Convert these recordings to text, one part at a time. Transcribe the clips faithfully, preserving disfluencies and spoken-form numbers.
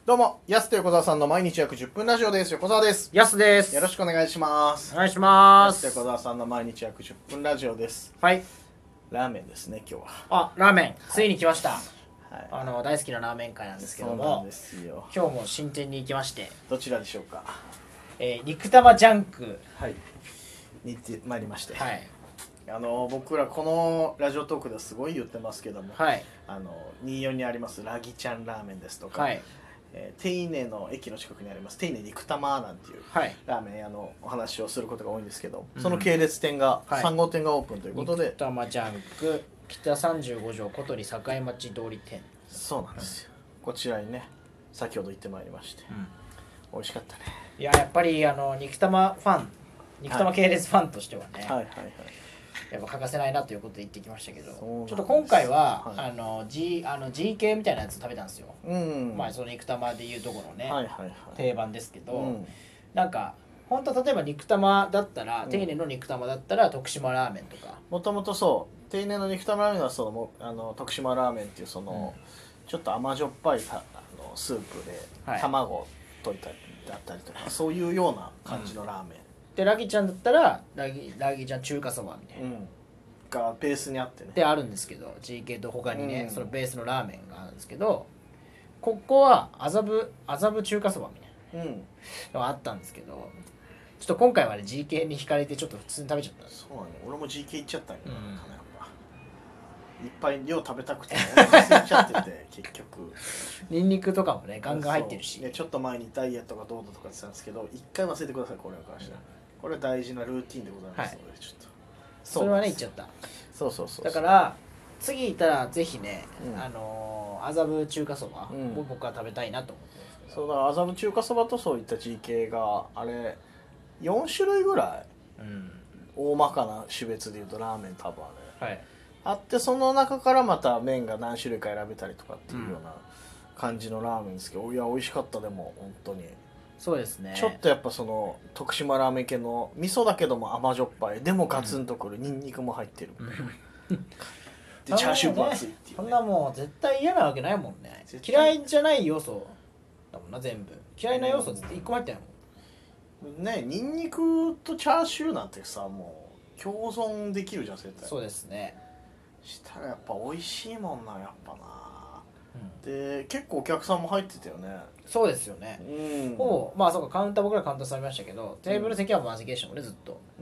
どうも、やすと横澤さんの毎日約じゅっぷんラジオです。横澤です。 やすです。 よろしくお願いします。 お願いしまやすとす。 横澤さんの毎日約じゅっぷんラジオです。 はい。 ラーメンですね、今日は。 あ、ラーメン、ついに来ました。 はい。 あの大好きなラーメン会なんですけどそうなんも、 ですよ。 今日も新店に行きまして、 どちらでしょうか。 えー、肉玉ジャンク。 はい。に行ってまいりまして。 はい。 あの僕らこのラジオトークではすごい言ってますけども、 はい。 あのにじゅうよんにありますラギちゃんラーメンですとか、 はい。 えー、手稲の駅の近くにあります手稲肉玉なんていうはい。 ラーメン屋のお話をすることが多いんですけど、 うんその系列店が、 はいさん号店がオープンということで、 肉玉ジャンク北さんじゅうご条小鳥境町通り店。 そうなんですよ、こちらにね先ほど行ってまいりまして、 うん、 美味しかったね。 いややっぱりあの肉玉ファン肉玉系列ファンとしてはね、 はいはいはい、 やっぱ欠かせないなということで言ってきましたけど、ちょちっと今回は、 はい、 あの G あの ジーケー みたいなやつ食べたんですよ。 うん、 まあその肉玉でいうところのね、 はいはいはい、 定番ですけど、 うん、 なんか本当例えば肉玉だったら、 うん、 丁寧の肉玉だったら徳島ラーメンとか、 もともとそう丁寧の肉玉ラーメンはそのもあの徳島ラーメンっていうその、うん、ちょっと甘じょっぱいたあのスープで卵溶いたりだったりとか、はい、そういうような感じのラーメン、 うん、でラギちゃんだったらラギラギちゃん中華そばみたいな、うん、 がベースにあってねであるんですけど ジーケー と他にね、うん、そのベースのラーメンがあるんですけど、ここは麻布麻布中華そばみたいなのがあったんですけど、ちょっと今回はね ジーケー に惹かれてちょっと普通に食べちゃった。 そうなの、俺も ジーケー 行っちゃったんよ、うん、やっぱいっぱい量食べたくてお腹空いちゃってて結局ニンニクとかもねガンガン入ってるし、 ね、ちょっと前にダイエットがどうだとか言ってたんですけど、一回忘れてください、これに関しては、これは大事なルーティンでございますので、はい、ちょっとそれはね言っちゃった。 そうそうそう、 だから次行ったらぜひね、うん、あの麻布中華そばを僕は食べたいなと思ってますけど、 そうだから麻布中華そばとそういった ジーケー があれよん種類ぐらい、うん、大まかな種別でいうとラーメン多分あれ、はい、あって、その中からまた麺が何種類か選べたりとかっていうような感じのラーメンですけど、うん、いや美味しかった。でも本当にそうですね、 ちょっとやっぱその徳島ラーメン系の味噌だけども甘じょっぱいでもガツンとくる、うん、ニンニクも入ってるみたいな、うん、でチャーシュー分厚いっていう、ね、 そんなもう絶対嫌なわけないもんね。嫌いじゃない要素だもんな、全部嫌いな要素っていっこも入ってないもんね。ニンニクとチャーシューなんてさ、もう共存できるじゃん絶対。 そうですね。 したらやっぱ美味しいもんな、やっぱな、うん、で結構お客さんも入ってたよね。 そうですよね、うん、ほぼまあそうか、カウンター僕らカウンターされましたけど、テーブル席は満席でしたもんね、ずっと。 うん、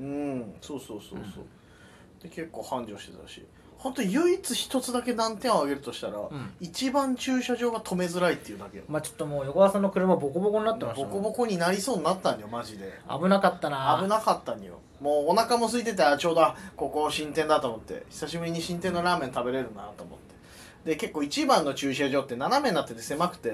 そうそうそうそう、うん、で結構繁盛してたし、本当唯一一つだけ難点を挙げるとしたら、うん、一番駐車場が止めづらいっていうだけよ。 まあちょっともう横川さんの車ボコボコになってましたもん。 ボコボコになりそうになったんよマジで。 危なかったな。 危なかったんよ。もうお腹も空いてて、ちょうどここ新店だと思って、久しぶりに新店のラーメン食べれるなと思って、で結構一番の駐車場って斜めになってて狭くて、うん、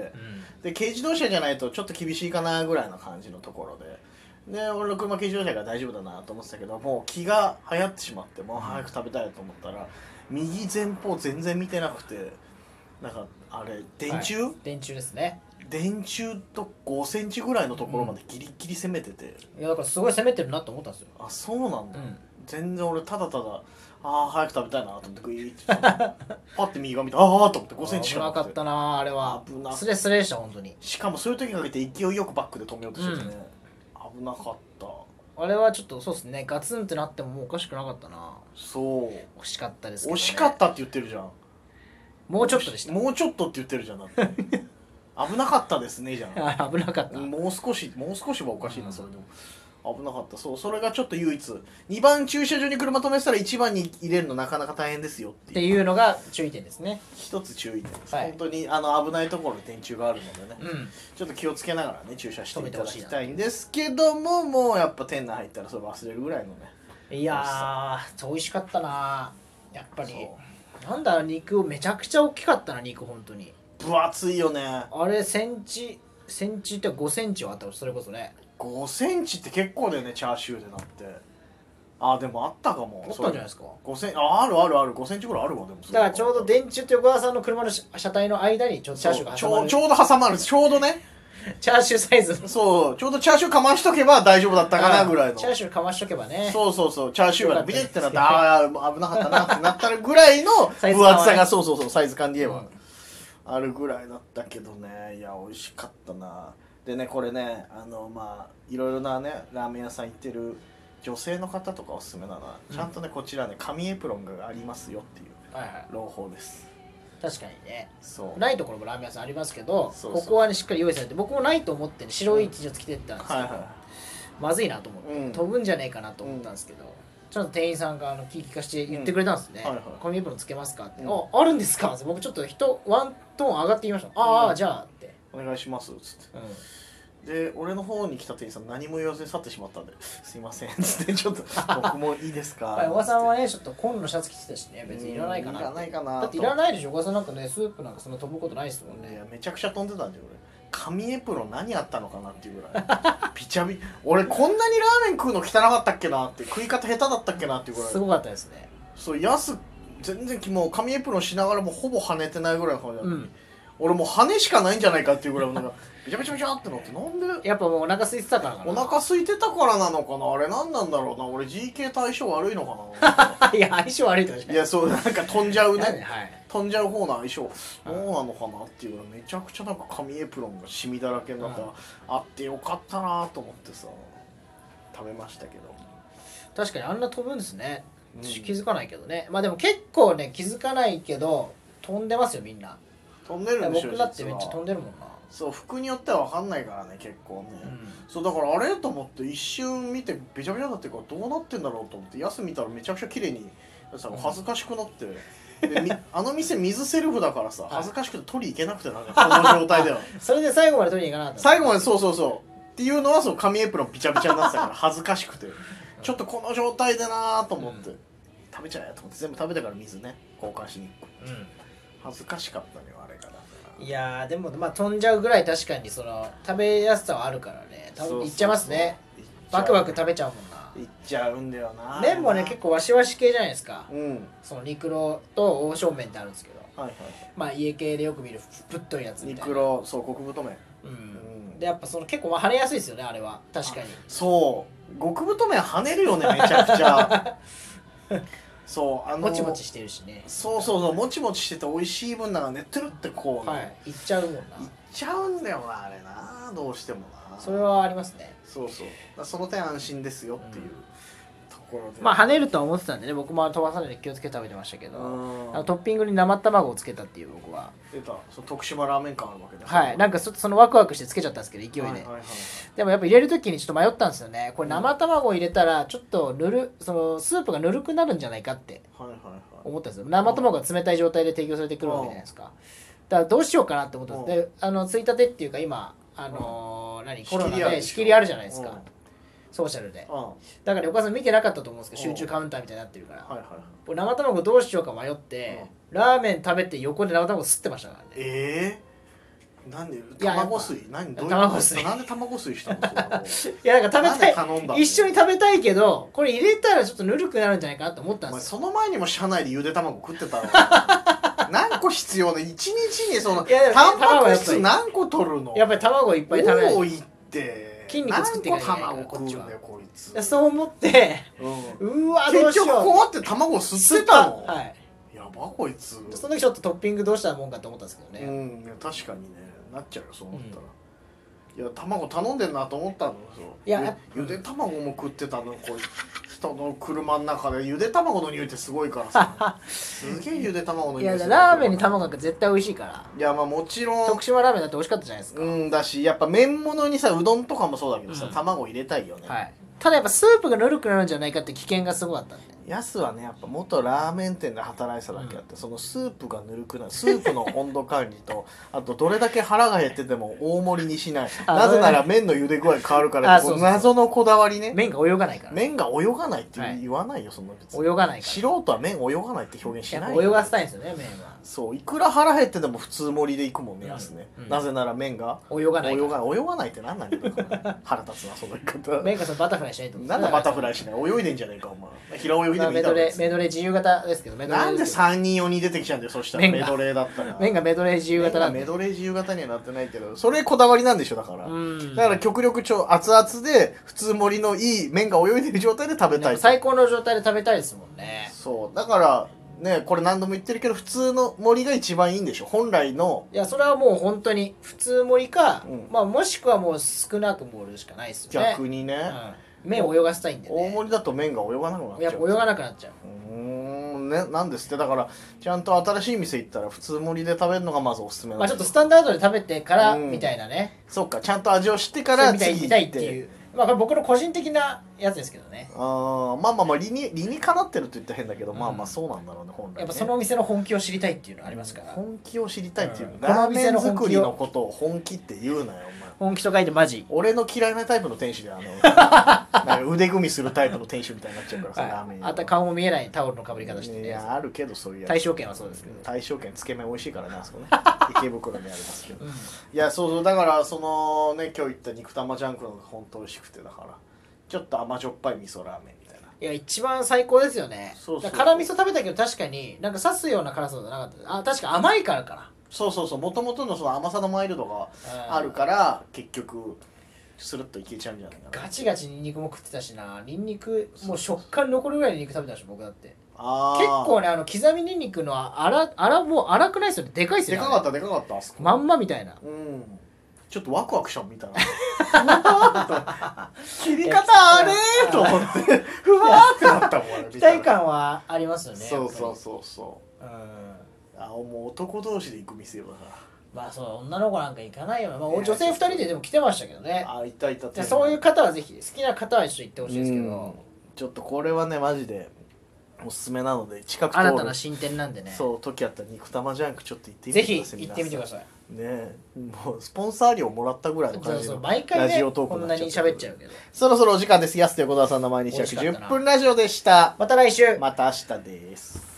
で軽自動車じゃないとちょっと厳しいかなぐらいの感じのところで、で俺の車軽自動車が大丈夫だなと思ってたけど、もう気が流行ってしまって、もう早く食べたいと思ったら、右前方全然見てなくて、なんかあれ電柱、はい、 電柱ですね。 電柱とごセンチぐらいのところまでギリギリ攻めてて、 うん、いやだからすごい攻めてるなと思ったんですよ。 あ、そうなんだ、うん、全然俺ただただあー早く食べたいなと思ってグイーってパッて右側見て、ああと思ってごセンチしかなくて危なかったなあれは。 危なスレスレでした本当に。 しかもそういう時にかけて勢いよくバックで止めようとしててね、うん、危なかった。 あれはちょっとそうですね、ガツンってなってももうおかしくなかったな。 そう惜しかったですけどね。 惜しかったって言ってるじゃん。 もうちょっとでした。 もうちょっとって言ってるじゃん。だって危なかったですねじゃん。 危なかった。 もう少しもう少しはおかしいな、うん、それでも危なかった。そう、それがちょっと唯一にばん駐車場に車止めてたらいちばんに入れるのなかなか大変ですよっていう、 っていうのが注意点ですね。 一つ注意点です、 はい、 本当にあの危ないところに電柱があるのでね、うん、ちょっと気をつけながらね駐車していただきたいんですけども、もうやっぱ店内入ったらそれ忘れるぐらいのね。 いやー美味しかったな。やっぱりなんだ、肉めちゃくちゃ大きかったな。肉本当に分厚いよね。 あれセンチセンチってごセンチはあった。それこそねごセンチって結構だよね、チャーシューでなって。あ、でもあったかも。 あったんじゃないですか。 ごセンチ、あ、あるあるある、ごセンチぐらいあるわ。でもだからちょうど電柱と横川さんの車の車体の間にちょっとチャーシューが挟まる。 ちょうど挟まる、ちょうどねチャーシューサイズ。 そう、ちょうどチャーシューかましとけば大丈夫だったかなぐらいの。 チャーシューかましとけばね。 そうそうそう、チャーシューがビリってなって、ああ危なかったなってなったぐらいの分厚さが、そうそうそう、サイズ感で言えば、 あるぐらいだったけどね。いや美味しかったな。でねこれねあのまあいろいろなねラーメン屋さん行ってる女性の方とかおすすめなのは、うん、ちゃんとねこちらね紙エプロンがありますよっていう朗報です、 はいはい、確かにね。 そうないところもラーメン屋さんありますけど、そうそうここはねしっかり用意されて、僕もないと思ってね白い T シャツ着てったんですけど、うんはいはい、まずいなと思って、うん、飛ぶんじゃねえかなと思ったんですけど、うん、ちょっと店員さんがあの聞き聞かして言ってくれたんですね、うんはいはい、紙エプロンつけますかって、うん、ああるんですかって、僕ちょっと人ワントーン上がって言いました、うん、ああじゃあってお願いしますっつって、うんで俺の方に来た店員さん何も言わずに去ってしまったんですいませんっつってちょっと僕もいいですか小川さんはねちょっと紺のシャツ着てたしね別にいらないかな、 いらないかなだっていらないでしょ小川さんなんかねスープなんかそんな飛ぶことないですもんね。 いやめちゃくちゃ飛んでたんで俺紙エプロン何あったのかなっていうぐらいピチャビ俺こんなにラーメン食うの汚かったっけなって食い方下手だったっけなっていうぐらいすごかったですね。 そう安全然もう紙エプロンしながらもほぼ跳ねてないぐらいの感じだった、うん、俺もう羽しかないんじゃないかっていうぐらいなんかビチャビチャビチャってなってなんでやっぱもうお腹空いてたからかな。 お腹空いてたからなのかなあれ何なんだろうな俺 ジーケー と相性悪いのかないや相性悪いとかじゃないいやそうなんか飛んじゃうね、 はい、 飛んじゃう方の相性どうなのかなっていうぐらいめちゃくちゃなんか紙エプロンがシミだらけになったら、うん、あってよかったなと思ってさ食べましたけど確かにあんな飛ぶんですね、うん、気づかないけどね。まあでも結構ね気づかないけど飛んでますよみんな。 飛んでるんでしょ。 僕だってめっちゃ飛んでるもんな。 そう服によっては分かんないからね結構ね、うん、そうだからあれと思って一瞬見てべちゃべちゃだってからどうなってんだろうと思って安見たらめちゃくちゃ綺麗に恥ずかしくなって、うん、であの店水セルフだからさ恥ずかしくて取り行けなくてなんかこの状態ではそれで最後まで取りに行かなかった最後までそうそうそうっていうのはそう紙エプロンビチャビチャになってたから恥ずかしくてちょっとこの状態でなーと思って、うん、食べちゃえと思って全部食べてから水ね交換しに行く、うん、恥ずかしかったねあれが。 いやーでもまあ飛んじゃうぐらい確かにその食べやすさはあるからね多分いっちゃいますね。バクバク食べちゃうもんな。 いっちゃうんだよな。 麺もね結構ワシワシ系じゃないですか、 うん、 その肉ロと王将麺ってあるんですけど、 はいはい、 まあ家系でよく見るぶっといやつみたいな肉ロそう極太麺、 うんうん、でやっぱその結構跳ねやすいですよねあれは確かに。 そう極太麺跳ねるよねめちゃくちゃそうあのもちもちしてるしね。 そうそうそうもちもちしてて美味しい分なんかねってるってこう、ね、 はいいっちゃうもんな。いっちゃうんだよなあれなどうしてもな。 それはありますね。 そうそうその点安心ですよっていう、うん、ところでまあ跳ねるとは思ってたんでね僕も飛ばさないで気をつけて食べてましたけどあのトッピングに生卵をつけたっていう僕は出たその徳島ラーメン感あるわけですはいなんか そ, そのワクワクしてつけちゃったんですけど勢いで、はいはいはい、でもやっぱ入れる時にちょっと迷ったんですよね。これ生卵を入れたらちょっとぬるそのスープがぬるくなるんじゃないかって思ったんですよ。生卵が冷たい状態で提供されてくるわけじゃないですか。だからどうしようかなって思ったんです。であのついたてっていうか今あのー、何コロナで仕切りあるじゃないですかソーシャルで。だからお母さん見てなかったと思うんですけど集中カウンターみたいになってるから、はいはい、生卵どうしようか迷ってラーメン食べて横で生卵吸ってましたからね。 ええー、なんで卵水何どういう卵水なんで卵水したのいやなんか食べたい一緒に食べたいけどこれ入れたらちょっとぬるくなるんじゃないかなと思ったんですよ。 その前にも車内でゆで卵食ってたの何個必要な一日にそのタンパク質何個取るのやっぱり卵いっぱい食べない多いって筋肉作っていかないといけないからこっちはこいつそう思って、うん、うわどうしよう結局こうやって卵吸ってたの。 はいやばこいつ。 その時ちょっとトッピングどうしたもんかと思ったんですけどね。 うんいや確かにねなっちゃうよそう思ったら、うん、いや卵頼んでんなと思ったの。そういやゆで卵も食ってたのこいつ人の車の中でゆで卵の匂いってすごいからさすげえゆで卵の匂い。 いやラーメンに卵が絶対美味しいから。 いやまあもちろん徳島ラーメンだって美味しかったじゃないですか。 うんだしやっぱ麺物にさうどんとかもそうだけどさ、うん、卵入れたいよね。 はいただやっぱスープがぬるくなるんじゃないかって危険がすごかったんでヤスはねやっぱ元ラーメン店で働いてただけあって、うん、そのスープがぬるくなるスープの温度管理とあとどれだけ腹が減ってても大盛りにしないなぜなら麺の茹で具合変わるからって謎のこだわりね。 麺が泳がないから麺が泳がないって言わないよ、はい、そんな別に泳がないから素人は麺泳がないって表現しない。 泳がせたいんですよね麺は。 そういくら腹減ってても普通盛りでいくもんね、うん、ヤスね、うん、なぜなら麺が泳がない泳がない泳がないって何なんだよ腹立つなその言い方。 麺がそのバタフライしないとなんだバタフライしない泳いでんじゃねえかお前。平泳ぎでもいいだろ。 メドレーメドレー自由形ですけどメドレーなんでさんにんよにん出てきちゃうんだよそしたらメドレーだったら。 麺がメドレー自由形なんでメドレー自由形にはなってないけどそれこだわりなんでしょだから。だから極力ちょ熱々で普通盛りのいい麺が泳いでる状態で食べたい。 最高の状態で食べたいですもんね。 そうだからねこれ何度も言ってるけど普通の盛りが一番いいんでしょ本来の。 いやそれはもう本当に普通盛りか、 うんまあもしくはもう少なく盛るしかないですよね。 逆にね、 うん、麺を泳がせたいんでね。 大盛りだと麺が泳がなくなっちゃう。 やっぱ泳がなくなっちゃう。 うーんねなんですってだからちゃんと新しい店行ったら普通盛りで食べるのがまずおすすめなんまあだちょっとスタンダードで食べてからうんみたいなね。 そっかちゃんと味を知ってから見たい次見たい行ってっていう。まあこれ僕の個人的なやつですけどね。 あーまあまあまあ理に理にかなってると言ったら変だけど、 うんまあまあそうなんだろうね本来ね。 やっぱそのお店の本気を知りたいっていうのありますから。 本気を知りたいっていう、 うんラーメこの店ンの本気を作りのことを本気って言うなよお前。 本気と書いてマジ。 俺の嫌いなタイプの店主であのなんか腕組みするタイプの店主みたいになっちゃうからさ、ラーメンはい、あと顔も見えないタオルのかぶり方していね。 やあるけどそういうやつ大正圏はそうですけど。 大正圏つけ麺美味しいからねあそこね池袋にありますけど、 うんいやそうそうだからそのね今日言った肉玉ジャンクのが本当美味しくてだからちょっと甘じょっぱい味噌ラーメンみたいないや一番最高ですよね。 そうそうだから辛味噌食べたけど確かになんか刺すような辛さじゃなかった。あ確か甘いからかな。 そうそうそうもともとのその甘さのマイルドがうんあるから結局スルッといけちゃうんじゃないかな。 ガチガチニンニクも食ってたしな。ニンニクもう食感残るぐらいニンニク食べたでしょ僕だって。 あ結構ねあの刻みニンニクのあらあらもう粗くないですよね。でかいっすよね。 でかかったでかかったあそこまんまみたいな。 うんちょっとワクワクしたみたいな切り方あれーと思ってふわーってなったもん期待感はありますよね。 そうそうそうそやっぱり。うんうあもう男同士で行く店よだかまあそう女の子なんか行かないよな、まあ、 いや女性ふたりででも来てましたけどね。 らあいたいたじゃあそういう方はぜひ好きな方は一緒に行ってほしいですけうんど、 ちょっとこれはねマジでおすすめなので近く通る新たな進展なんでね。 そう時あったら肉玉ジャンクちょっと行ってみぜひてください行ってみてください。 ねえもうスポンサー料もらったぐらいのそうそう感じの毎回ねラジオトークこんなに喋っちゃうけど。 そろそろお時間です。やすと横澤さんの毎日約10 美味しかったな分ラジオでした。 また来週。 また明日です。